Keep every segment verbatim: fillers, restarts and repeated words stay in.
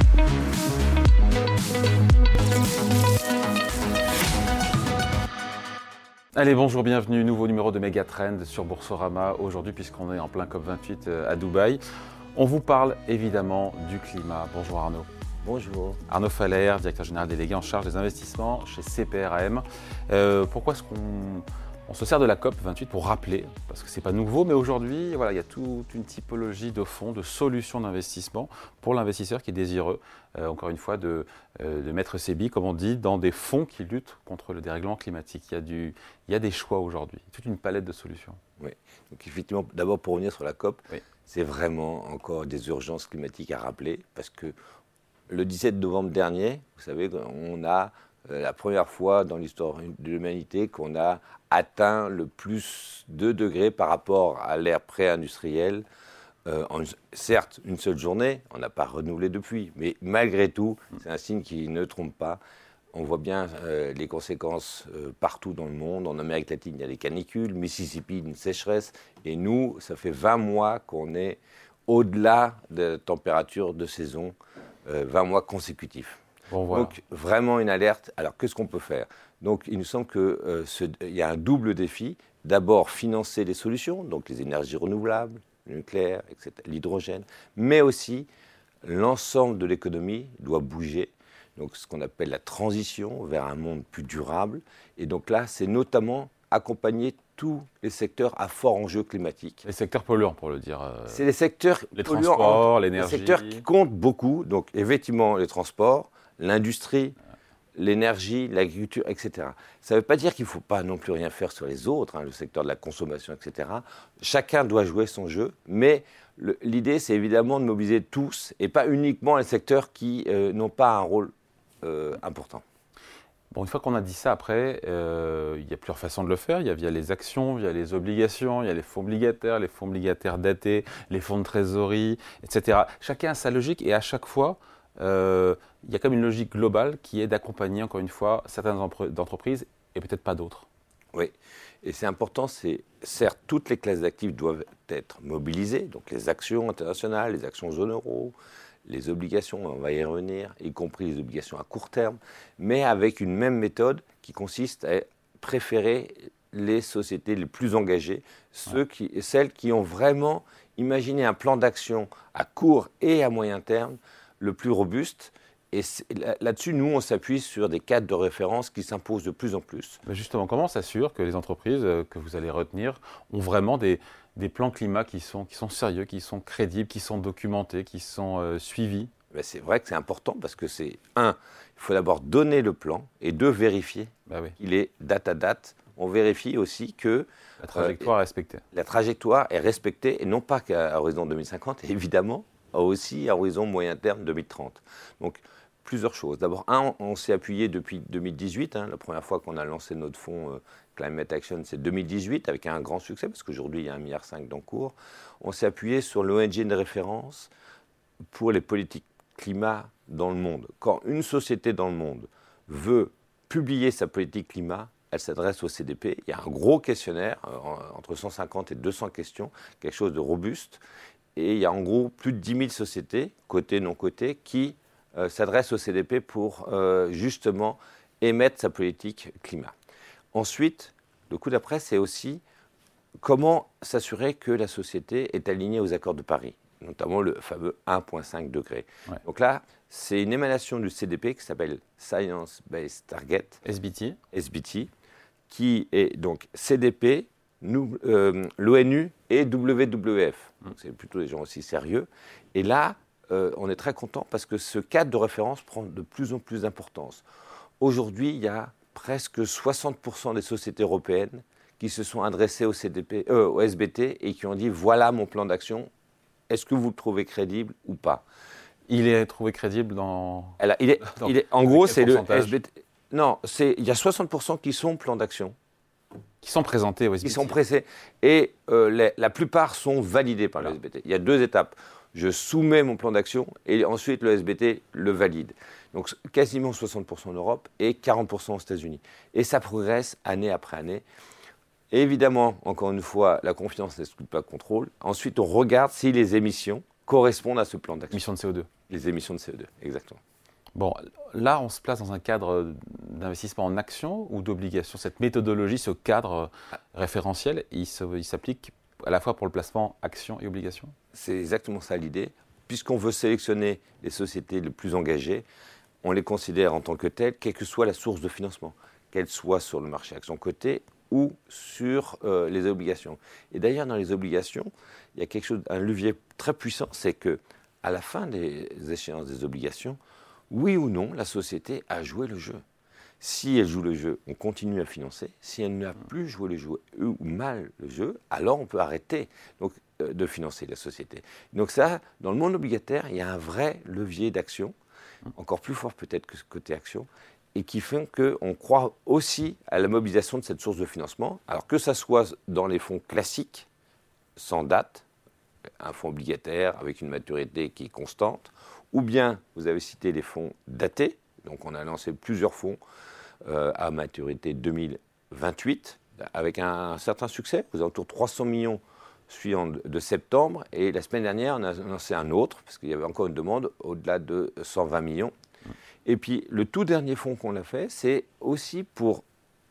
Allez, bonjour, bienvenue, nouveau numéro de Megatrend sur Boursorama. Aujourd'hui, puisqu'on est en plein COP vingt-huit à Dubaï, on vous parle évidemment du climat. Bonjour Arnaud. Bonjour. Arnaud Faller, directeur général délégué en charge des investissements chez C P R A M. Euh, pourquoi est-ce qu'on on se sert de la COP vingt-huit pour rappeler, parce que ce n'est pas nouveau, mais aujourd'hui, voilà, il y a toute une typologie de fonds, de solutions d'investissement pour l'investisseur qui est désireux, euh, encore une fois, de, euh, de mettre ses billes, comme on dit, dans des fonds qui luttent contre le dérèglement climatique. Il y a, du, il y a des choix aujourd'hui, toute une palette de solutions. Oui, donc effectivement, d'abord pour revenir sur la COP, oui. C'est vraiment encore des urgences climatiques à rappeler, parce que le dix-sept novembre dernier, vous savez, on a euh, la première fois dans l'histoire de l'humanité qu'on a atteint le plus deux degrés par rapport à l'ère pré-industrielle. Euh, en, certes, une seule journée, on n'a pas renouvelé depuis, mais malgré tout, c'est un signe qui ne trompe pas. On voit bien euh, les conséquences euh, partout dans le monde. En Amérique latine, il y a des canicules, Mississippi, une sécheresse. Et nous, ça fait vingt mois qu'on est au-delà de la température de saison, euh, vingt mois consécutifs. Bon, voilà. Donc, vraiment une alerte. Alors, qu'est-ce qu'on peut faire ? Donc, il nous semble qu'il euh, y a un double défi. D'abord, financer les solutions, donc les énergies renouvelables, le nucléaire, et cetera, l'hydrogène, mais aussi l'ensemble de l'économie doit bouger. Donc, ce qu'on appelle la transition vers un monde plus durable. Et donc là, c'est notamment accompagner tous les secteurs à fort enjeu climatique. Les secteurs polluants, pour le dire. Euh, c'est les secteurs les polluants, transports, l'énergie. Les secteurs qui comptent beaucoup. Donc, effectivement, les transports, l'industrie, l'énergie, l'agriculture, et cetera. Ça ne veut pas dire qu'il ne faut pas non plus rien faire sur les autres, hein, le secteur de la consommation, et cetera. Chacun doit jouer son jeu, mais le, l'idée, c'est évidemment de mobiliser tous, et pas uniquement les secteurs qui euh, n'ont pas un rôle euh, important. Bon, une fois qu'on a dit ça, après, euh, il y a plusieurs façons de le faire. Il y a via les actions, via les obligations, il y a les fonds obligataires, les fonds obligataires datés, les fonds de trésorerie, et cetera. Chacun a sa logique, et à chaque fois, Euh, il y a comme une logique globale qui est d'accompagner, encore une fois, certaines entreprises et peut-être pas d'autres. Oui, et c'est important, c'est certes, toutes les classes d'actifs doivent être mobilisées, donc les actions internationales, les actions zone euro, les obligations, on va y revenir, y compris les obligations à court terme, mais avec une même méthode qui consiste à préférer les sociétés les plus engagées, ceux qui, celles qui ont vraiment imaginé un plan d'action à court et à moyen terme le plus robuste. Et là-dessus, nous, on s'appuie sur des cadres de référence qui s'imposent de plus en plus. Mais justement, comment on s'assure que les entreprises que vous allez retenir ont vraiment des, des plans climat qui sont, qui sont sérieux, qui sont crédibles, qui sont documentés, qui sont euh, suivis ? Ben c'est vrai que c'est important parce que c'est, un, il faut d'abord donner le plan, et deux, vérifier ben oui. qu'il est date à date. On vérifie aussi que la trajectoire euh, est respectée. La trajectoire est respectée, et non pas qu'à horizon deux mille cinquante, évidemment, aussi à horizon moyen terme deux mille trente. Donc, plusieurs choses. D'abord, un, on s'est appuyé depuis deux mille dix-huit. Hein, la première fois qu'on a lancé notre fonds euh, Climate Action, c'est deux mille dix-huit, avec un grand succès, parce qu'aujourd'hui, il y a un virgule cinq milliard d'encours. On s'est appuyé sur l'O N G de référence pour les politiques climat dans le monde. Quand une société dans le monde veut publier sa politique climat, elle s'adresse au C D P. Il y a un gros questionnaire, euh, entre cent cinquante et deux cents questions, quelque chose de robuste. Et il y a en gros plus de dix mille sociétés, cotées, non cotées, qui euh, s'adressent au C D P pour euh, justement émettre sa politique climat. Ensuite, le coup d'après, c'est aussi comment s'assurer que la société est alignée aux accords de Paris, notamment le fameux un virgule cinq degré. Ouais. Donc là, c'est une émanation du C D P qui s'appelle Science Based Target, S B T, S B T, qui est donc C D P, nous, euh, l'ONU et W W F. Donc c'est plutôt des gens aussi sérieux. Et là, euh, on est très content parce que ce cadre de référence prend de plus en plus d'importance. Aujourd'hui, il y a presque soixante pour cent des sociétés européennes qui se sont adressées au, C D P, euh, au S B T et qui ont dit « voilà mon plan d'action, est-ce que vous le trouvez crédible ou pas ?» Il est trouvé crédible dans... Alors, il est, dans, il est, en gros, c'est le S B T. Non, c'est, il y a soixante pour cent qui sont plan d'action. Qui sont présentés au S B T. Qui sont pressés. Et euh, les, la plupart sont validés par le S B T. Il y a deux étapes. Je soumets mon plan d'action et ensuite le S B T le valide. Donc quasiment soixante pour cent en Europe et quarante pour cent aux États-Unis. Et ça progresse année après année. Et évidemment, encore une fois, la confiance n'exclut pas le contrôle. Ensuite, on regarde si les émissions correspondent à ce plan d'action. Émissions de C O deux. Les émissions de C O deux, exactement. Bon, là, on se place dans un cadre d'investissement en actions ou d'obligations. Cette méthodologie, ce cadre référentiel, il, se, il s'applique à la fois pour le placement actions et obligations? C'est exactement ça l'idée. Puisqu'on veut sélectionner les sociétés les plus engagées, on les considère en tant que telles, quelle que soit la source de financement, qu'elle soit sur le marché actions cotées ou sur euh, les obligations. Et d'ailleurs, dans les obligations, il y a quelque chose, un levier très puissant, c'est que à la fin des échéances des obligations, oui ou non, la société a joué le jeu. Si elle joue le jeu, on continue à financer. Si elle n'a plus joué le jeu ou mal le jeu, alors on peut arrêter donc, euh, de financer la société. Donc ça, dans le monde obligataire, il y a un vrai levier d'action, encore plus fort peut-être que ce côté action, et qui fait qu'on croit aussi à la mobilisation de cette source de financement, alors que ça soit dans les fonds classiques, sans date, un fonds obligataire avec une maturité qui est constante, ou bien, vous avez cité les fonds datés, donc on a lancé plusieurs fonds euh, à maturité deux mille vingt-huit, avec un, un certain succès, aux alentours de trois cents millions suivant de, de septembre, et la semaine dernière, on a lancé un autre, parce qu'il y avait encore une demande au-delà de cent vingt millions. Et puis, le tout dernier fonds qu'on a fait, c'est aussi pour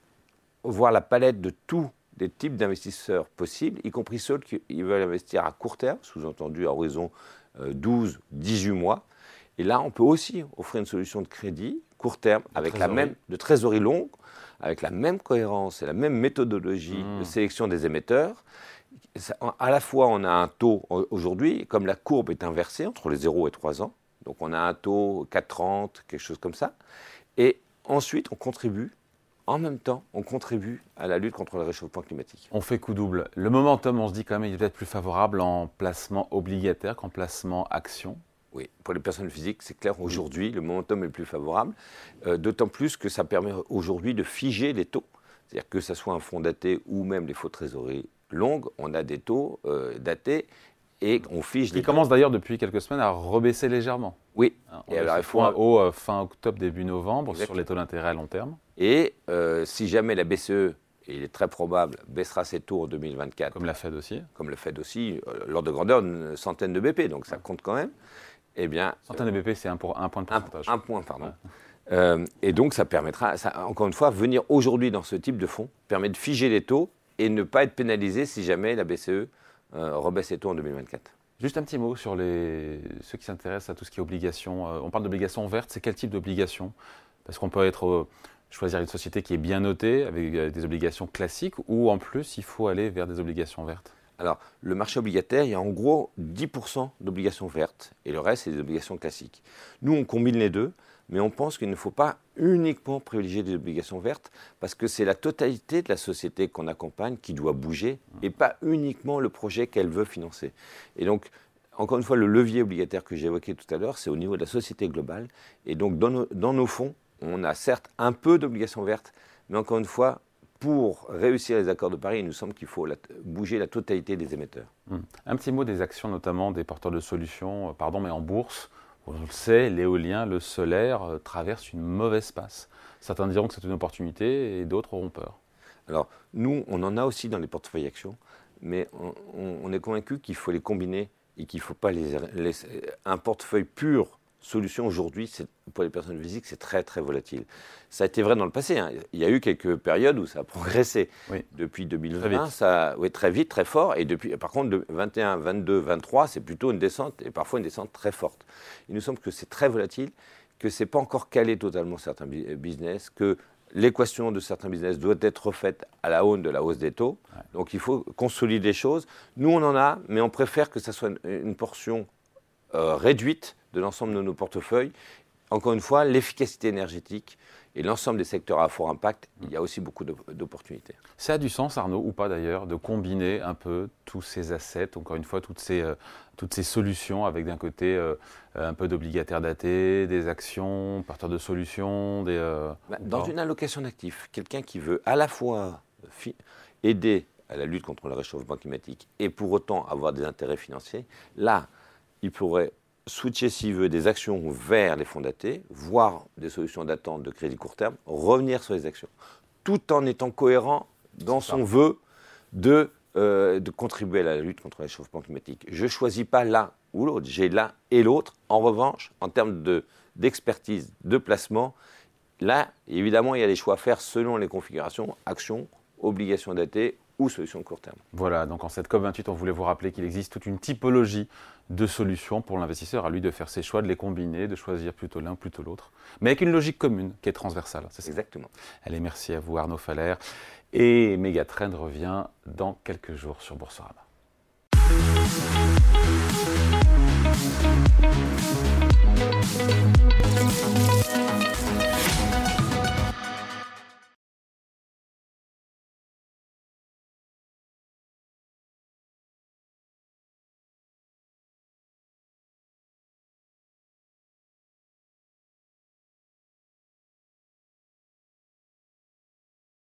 voir la palette de tous les types d'investisseurs possibles, y compris ceux qui veulent investir à court terme, sous-entendu à horizon euh, douze dix-huit mois. Et là, on peut aussi offrir une solution de crédit court terme, avec la même, de trésorerie longue, avec la même cohérence et la même méthodologie mmh. de sélection des émetteurs. Ça, à la fois, on a un taux aujourd'hui, comme la courbe est inversée entre les zéro et trois ans, donc on a un taux quatre virgule trente, quelque chose comme ça. Et ensuite, on contribue, en même temps, on contribue à la lutte contre le réchauffement climatique. On fait coup double. Le momentum, on se dit quand même, il est peut-être plus favorable en placement obligataire qu'en placement action. Oui, pour les personnes physiques, c'est clair, aujourd'hui, le momentum est le plus favorable, euh, d'autant plus que ça permet aujourd'hui de figer les taux. C'est-à-dire que ce soit un fonds daté ou même les faux trésoreries longues, on a des taux euh, datés et on fige les Qui commence d'ailleurs depuis quelques semaines à rebaisser légèrement. Oui. Hein, et alors, il faut un haut euh, fin octobre, début novembre. Exactement. Sur les taux d'intérêt à long terme. Et euh, si jamais la B C E, et il est très probable, baissera ses taux en deux mille vingt-quatre. Comme la Fed aussi. Comme la Fed aussi, euh, l'ordre de grandeur d'une centaine de B P, donc ça ouais. compte quand même. Eh bien, centaine de B P, c'est un, pour, un point de pourcentage. Un, un point, pardon. Ouais. Euh, et donc, ça permettra, ça, encore une fois, venir aujourd'hui dans ce type de fonds permet de figer les taux et ne pas être pénalisé si jamais la B C E euh, rebaisse ses taux en deux mille vingt-quatre. Juste un petit mot sur les, ceux qui s'intéressent à tout ce qui est obligations. Euh, on parle d'obligations vertes, c'est quel type d'obligations? Parce qu'on peut être, euh, choisir une société qui est bien notée, avec euh, des obligations classiques, ou en plus, il faut aller vers des obligations vertes. Alors, le marché obligataire, il y a en gros dix pour cent d'obligations vertes, et le reste, c'est des obligations classiques. Nous, on combine les deux, mais on pense qu'il ne faut pas uniquement privilégier des obligations vertes, parce que c'est la totalité de la société qu'on accompagne qui doit bouger, et pas uniquement le projet qu'elle veut financer. Et donc, encore une fois, le levier obligataire que j'ai évoqué tout à l'heure, c'est au niveau de la société globale. Et donc, dans nos, dans nos fonds, on a certes un peu d'obligations vertes, mais encore une fois, pour réussir les accords de Paris, il nous semble qu'il faut la, bouger la totalité des émetteurs. Hum. Un petit mot des actions, notamment des porteurs de solutions, euh, pardon, mais en bourse. On le sait, l'éolien, le solaire euh, traversent une mauvaise passe. Certains diront que c'est une opportunité et d'autres auront peur. Alors, nous, on en a aussi dans les portefeuilles actions, mais on, on, on est convaincu qu'il faut les combiner et qu'il ne faut pas les, les... Un portefeuille pur solution aujourd'hui, c'est, pour les personnes physiques, c'est très très volatile. Ça a été vrai dans le passé. Hein. Il y a eu quelques périodes où ça a progressé. Oui. Depuis deux mille vingt, très vite. Ça, oui, très vite, très fort. Et depuis, par contre, de vingt et un, vingt-deux, vingt-trois, c'est plutôt une descente et parfois une descente très forte. Il nous semble que c'est très volatile, que c'est pas encore calé totalement certains business, que l'équation de certains business doit être refaite à la hausse de la hausse des taux. Ouais. Donc il faut consolider les choses. Nous, on en a, mais on préfère que ça soit une, une portion euh, réduite de l'ensemble de nos portefeuilles. Encore une fois, l'efficacité énergétique et l'ensemble des secteurs à fort impact, il y a aussi beaucoup d'opportunités. Ça a du sens, Arnaud, ou pas d'ailleurs, de combiner un peu tous ces assets, encore une fois, toutes ces, euh, toutes ces solutions, avec d'un côté euh, un peu d'obligataires datés, des actions, porteurs de solutions, des... Euh, bah, dans une allocation d'actifs, quelqu'un qui veut à la fois fi- aider à la lutte contre le réchauffement climatique et pour autant avoir des intérêts financiers, là, il pourrait switcher, s'il veut, des actions vers les fonds datés, voire des solutions d'attente de crédit court terme, revenir sur les actions, tout en étant cohérent dans son vœu de, euh, de contribuer à la lutte contre le réchauffement climatique. Je ne choisis pas l'un ou l'autre. J'ai l'un et l'autre. En revanche, en termes de, d'expertise, de placement, là, évidemment, il y a des choix à faire selon les configurations, actions, obligations datées ou solutions de court terme. Voilà, donc en cette COP vingt-huit, on voulait vous rappeler qu'il existe toute une typologie de solutions pour l'investisseur, à lui de faire ses choix, de les combiner, de choisir plutôt l'un, plutôt l'autre, mais avec une logique commune qui est transversale. C'est ça. Exactement. Allez, merci à vous Arnaud Faller. Et Megatrend revient dans quelques jours sur Boursorama. Thank you.